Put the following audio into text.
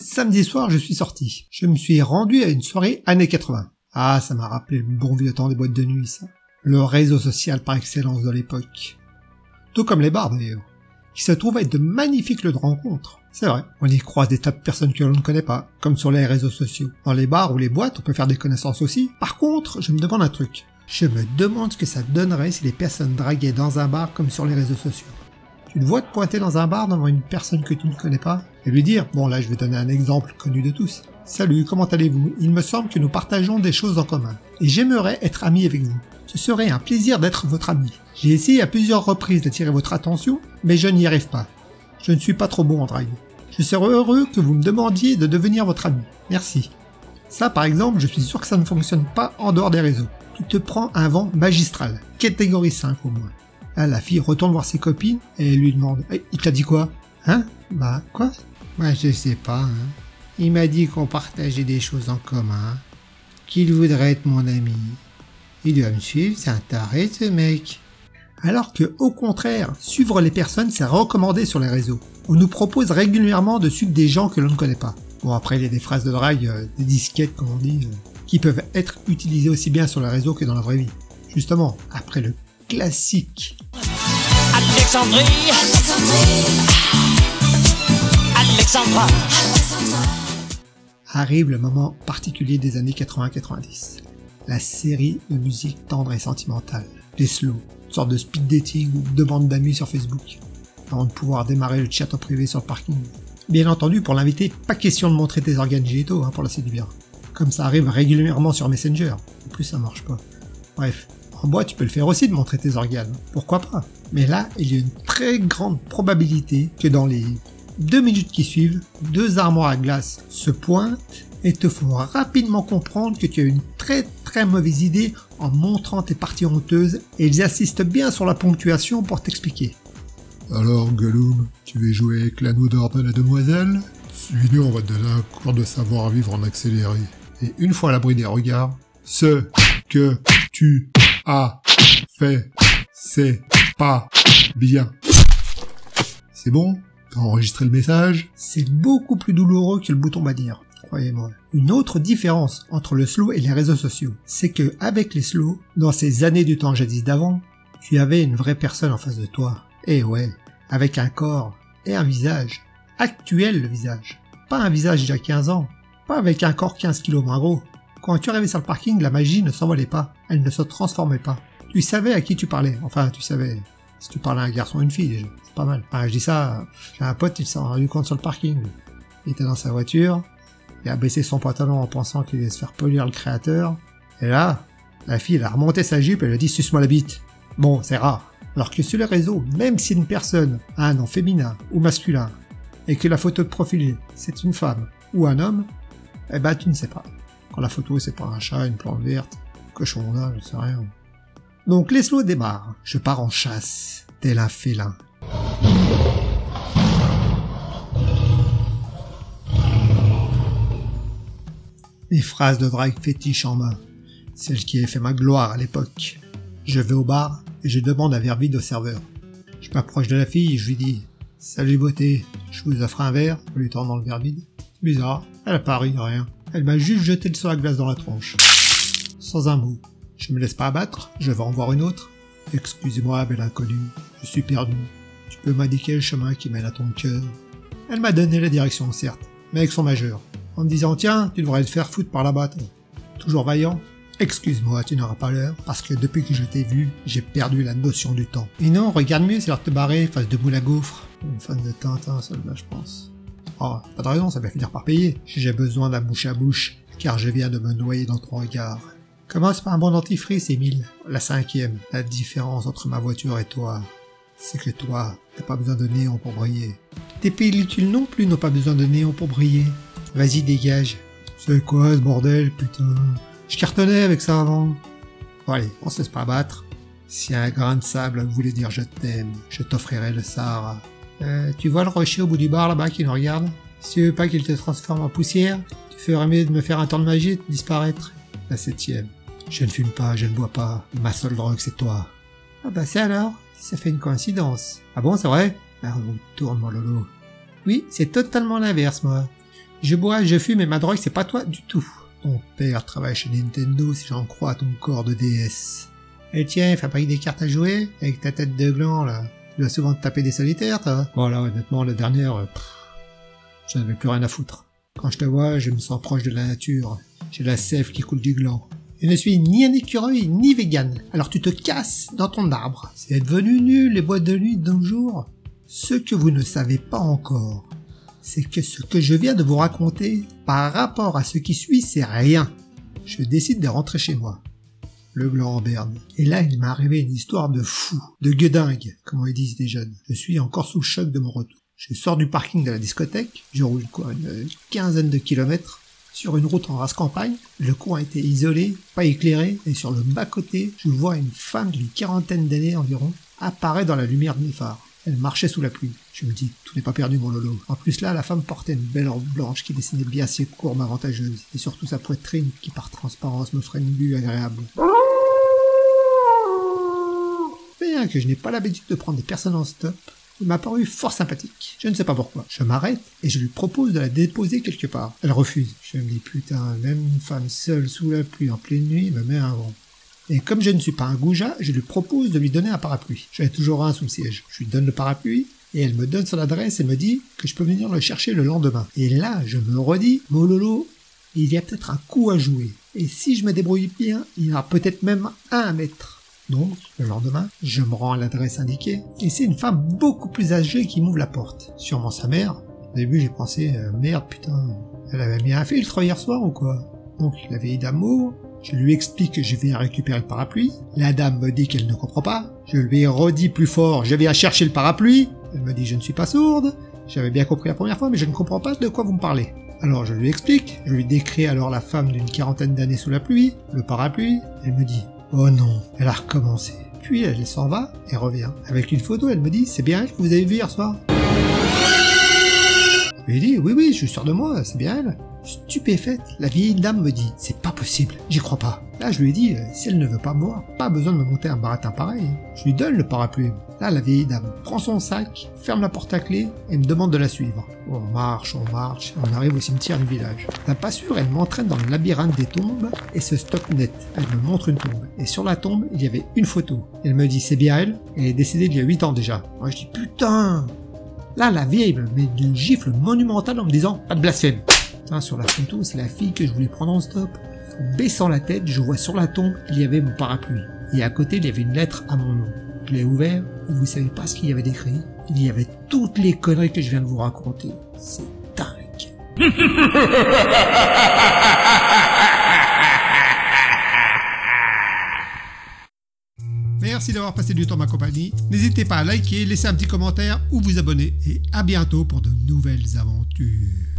Samedi soir, je suis sorti. Je me suis rendu à une soirée années 80. Ah, ça m'a rappelé le bon vieux temps des boîtes de nuit, ça. Le réseau social par excellence de l'époque. Tout comme les bars, d'ailleurs, qui se trouvent être de magnifiques lieux de rencontre. C'est vrai, on y croise des tas de personnes que l'on ne connaît pas, comme sur les réseaux sociaux. Dans les bars ou les boîtes, on peut faire des connaissances aussi. Par contre, je me demande un truc. Je me demande ce que ça donnerait si les personnes draguaient dans un bar comme sur les réseaux sociaux. Tu te vois te pointer dans un bar devant une personne que tu ne connais pas et lui dire, bon là je vais donner un exemple connu de tous. Salut, comment allez-vous? Il me semble que nous partageons des choses en commun et j'aimerais être ami avec vous. Ce serait un plaisir d'être votre ami. J'ai essayé à plusieurs reprises d'attirer votre attention, mais je n'y arrive pas. Je ne suis pas trop bon en drague. Je serais heureux que vous me demandiez de devenir votre ami. Merci. Ça par exemple, je suis sûr que ça ne fonctionne pas en dehors des réseaux. Tu te prends un vent magistral, catégorie 5 au moins. Là, la fille retourne voir ses copines et lui demande hey, « Il t'a dit quoi ?»« Hein ? Bah, quoi ?»« Bah, je sais pas, hein. Il m'a dit qu'on partageait des choses en commun, qu'il voudrait être mon ami. Il doit me suivre, c'est un taré ce mec. » Alors que, au contraire, suivre les personnes, c'est recommandé sur les réseaux. On nous propose régulièrement de suivre des gens que l'on ne connaît pas. Bon, après, il y a des phrases de drague, des disquettes, comme on dit, qui peuvent être utilisées aussi bien sur les réseaux que dans la vraie vie. Justement, après le classique. Alexandra. Arrive le moment particulier des années 80-90. La série de musique tendre et sentimentale. Les slows, une sorte de speed dating ou de bande d'amis sur Facebook. Avant de pouvoir démarrer le chat en privé sur le parking. Bien entendu, pour l'inviter, pas question de montrer tes organes génitaux pour la séduire. Comme ça arrive régulièrement sur Messenger. En plus, ça marche pas. Bref. En boîte, tu peux le faire aussi de montrer tes organes. Pourquoi pas? Mais là, il y a une très grande probabilité que dans les 2 minutes qui suivent, 2 armoires à glace se pointent et te font rapidement comprendre que tu as une très très mauvaise idée en montrant tes parties honteuses et ils insistent bien sur la ponctuation pour t'expliquer. Alors, Gollum, tu veux jouer avec l'anneau d'or de la demoiselle? Suis-nous, on va te donner un cours de savoir-vivre en accéléré. Et une fois à l'abri des regards, ce que tu as fait, c'est pas bien. C'est bon? T'as enregistré le message? C'est beaucoup plus douloureux que le bouton bannir, croyez-moi. Une autre différence entre le slow et les réseaux sociaux, c'est que avec les slows, dans ces années du temps jadis d'avant, tu avais une vraie personne en face de toi. Et ouais, avec un corps et un visage. Actuel le visage. Pas un visage d'il y a 15 ans. Pas avec un corps 15 kilos moins gros. Quand tu arrivais sur le parking, la magie ne s'envolait pas. Elle ne se transformait pas. Tu savais à qui tu parlais. Enfin, tu savais. Si tu parlais à un garçon ou une fille, c'est pas mal. Enfin, je dis ça, j'ai un pote, il s'en rendu compte sur le parking. Il était dans sa voiture, il a baissé son pantalon en pensant qu'il allait se faire polir le créateur. Et là, la fille, elle a remonté sa jupe et elle a dit « Suce-moi la bite ». Bon, c'est rare. Alors que sur les réseaux, même si une personne a un nom féminin ou masculin, et que la photo de profil, c'est une femme ou un homme, eh ben, tu ne sais pas. Quand la photo, c'est pas un chat, une plante verte, cochon là, je sais rien. Donc les slows démarrent. Je pars en chasse, tel un félin. Mes phrases de drague fétiche en main, celle qui a fait ma gloire à l'époque. Je vais au bar et je demande un verre vide au serveur. Je m'approche de la fille et je lui dis « Salut beauté, je vous offre un verre ?» en lui tendant le verre vide. Bizarre, elle a pas ri, rien. Elle m'a juste jeté le seau à glace dans la tronche. Sans un mot. Je me laisse pas abattre, je vais en voir une autre. Excusez-moi, belle inconnue, je suis perdu. Tu peux m'indiquer le chemin qui mène à ton cœur? Elle m'a donné la direction, certes, mais avec son majeur. En me disant, tiens, tu devrais te faire foutre par là-bas, toi. Toujours vaillant. Excuse-moi, tu n'auras pas l'heure, parce que depuis que je t'ai vu, j'ai perdu la notion du temps. Et non, regarde mieux, c'est l'heure de te barrer, face de moule à gaufre. Une fan de Tintin, celle-là, je pense. Oh, pas de raison, ça va finir par payer. J'ai besoin d'un bouche à bouche, car je viens de me noyer dans ton regard. Commence par un bon dentifrice, Émile. La 5e, la différence entre ma voiture et toi, c'est que toi, t'as pas besoin de néon pour briller. Tes pellicules non plus n'ont pas besoin de néon pour briller. Vas-y, dégage. C'est quoi ce bordel, putain? Je cartonnais avec ça avant. Bon allez, on se laisse pas abattre. Si un grain de sable voulait dire je t'aime, je t'offrirai le Sahara. Tu vois le rocher au bout du bar là-bas qui nous regarde? Si tu veux pas qu'il te transforme en poussière, tu ferais mieux de me faire un tour de magie et de disparaître. La 7e. Je ne fume pas, je ne bois pas. Ma seule drogue, c'est toi. Ah bah c'est alors, ça fait une coïncidence. Ah bon, c'est vrai? Ah, tourne mon lolo. Oui, c'est totalement l'inverse, moi. Je bois, je fume et ma drogue c'est pas toi du tout. Ton père travaille chez Nintendo si j'en crois à ton corps de DS. Et tiens, il fabrique des cartes à jouer avec ta tête de gland là. Tu dois souvent te taper des solitaires, toi. Voilà, honnêtement, la dernière, j'en avais plus rien à foutre. Quand je te vois, je me sens proche de la nature. J'ai la sève qui coule du gland. Je ne suis ni un écureuil, ni vegan. Alors tu te casses dans ton arbre. C'est devenu nul, les boîtes de nuit d'un jour. Ce que vous ne savez pas encore, c'est que ce que je viens de vous raconter, par rapport à ce qui suit, c'est rien. Je décide de rentrer chez moi. Le gland en berne. Et là, il m'est arrivé une histoire de fou, de gueudingue, comme ils disent les jeunes. Je suis encore sous le choc de mon retour. Je sors du parking de la discothèque, je roule une quinzaine de kilomètres, sur une route en race campagne, le coin était isolé, pas éclairé, et sur le bas-côté, je vois une femme d'une quarantaine d'années environ, apparaître dans la lumière de mes phares. Elle marchait sous la pluie. Je me dis, tout n'est pas perdu mon lolo. En plus là, la femme portait une belle robe blanche qui dessinait bien ses courbes avantageuses, et surtout sa poitrine qui par transparence me ferait une vue agréable. Bien que je n'ai pas l'habitude de prendre des personnes en stop, il m'a paru fort sympathique. Je ne sais pas pourquoi. Je m'arrête et je lui propose de la déposer quelque part. Elle refuse. Je me dis putain, même une femme seule sous la pluie en pleine nuit me met un vent. Et comme je ne suis pas un goujat, je lui propose de lui donner un parapluie. J'en ai toujours un sous le siège. Je lui donne le parapluie et elle me donne son adresse et me dit que je peux venir le chercher le lendemain. Et là, je me redis, mon lolo, il y a peut-être un coup à jouer. Et si je me débrouille bien, il y en aura peut-être même un à mettre. Donc, le lendemain, je me rends à l'adresse indiquée, et c'est une femme beaucoup plus âgée qui m'ouvre la porte. Sûrement sa mère. Au début, j'ai pensé, merde, putain, elle avait mis un filtre hier soir ou quoi? Donc, la vieille dame m'ouvre, je lui explique que je viens récupérer le parapluie. La dame me dit qu'elle ne comprend pas. Je lui redis plus fort, je viens chercher le parapluie. Elle me dit, je ne suis pas sourde. J'avais bien compris la première fois, mais je ne comprends pas de quoi vous me parlez. Alors, je lui explique, je lui décris alors la femme d'une quarantaine d'années sous la pluie, le parapluie. Elle me dit, oh non, elle a recommencé. Puis elle s'en va et revient. Avec une photo, elle me dit, c'est bien elle que vous avez vue hier soir? Je lui ai dit, oui, je suis sûr de moi, c'est bien elle. Stupéfaite, la vieille dame me dit, c'est pas possible, j'y crois pas. Là, je lui ai dit, si elle ne veut pas moi, pas besoin de me monter un baratin pareil. Je lui donne le parapluie. Là, la vieille dame prend son sac, ferme la porte à clé et me demande de la suivre. On marche, on arrive au cimetière du village. D'un pas sûr, elle m'entraîne dans le labyrinthe des tombes et se stoppe net. Elle me montre une tombe. Et sur la tombe, il y avait une photo. Elle me dit, c'est bien elle, elle est décédée il y a 8 ans déjà. Moi, je dis, putain! Là, la vieille me met une gifle monumentale en me disant, pas de blasphème. Putain, sur la photo, c'est la fille que je voulais prendre en stop. En baissant la tête, je vois sur la tombe, il y avait mon parapluie. Et à côté, il y avait une lettre à mon nom. Je l'ai ouvert, et vous savez pas ce qu'il y avait décrit? Il y avait toutes les conneries que je viens de vous raconter. C'est dingue. Merci d'avoir passé du temps ma compagnie. N'hésitez pas à liker, laisser un petit commentaire ou vous abonner. Et à bientôt pour de nouvelles aventures.